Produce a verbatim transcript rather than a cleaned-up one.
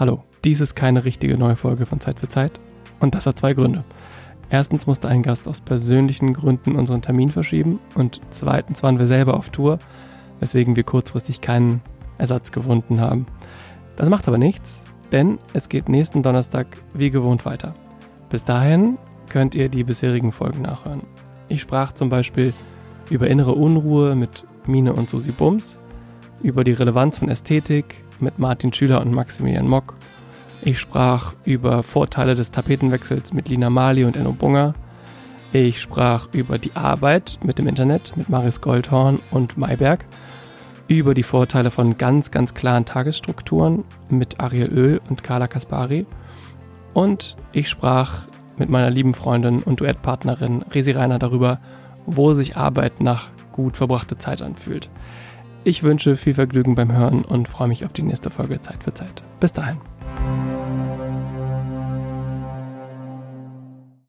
Hallo, dies ist keine richtige neue Folge von Zeit für Zeit und das hat zwei Gründe. Erstens musste ein Gast aus persönlichen Gründen unseren Termin verschieben und zweitens waren wir selber auf Tour, weswegen wir kurzfristig keinen Ersatz gefunden haben. Das macht aber nichts, denn es geht nächsten Donnerstag wie gewohnt weiter. Bis dahin könnt ihr die bisherigen Folgen nachhören. Ich sprach zum Beispiel über innere Unruhe mit Mine und Susi Bums, über die Relevanz von Ästhetik mit Martin Schüler und Maximilian Mock. Ich sprach über Vorteile des Tapetenwechsels mit Lina Marley und Enno Bunger. Ich sprach über die Arbeit mit dem Internet mit Marius Goldhorn und Mayberg. Über die Vorteile von ganz, ganz klaren Tagesstrukturen mit Ariel Oehl und Carla Kaspari. Und ich sprach mit meiner lieben Freundin und Duettpartnerin Resi Reiner darüber, wo sich Arbeit nach gut verbrachter Zeit anfühlt. Ich wünsche viel Vergnügen beim Hören und freue mich auf die nächste Folge Zeit für Zeit. Bis dahin.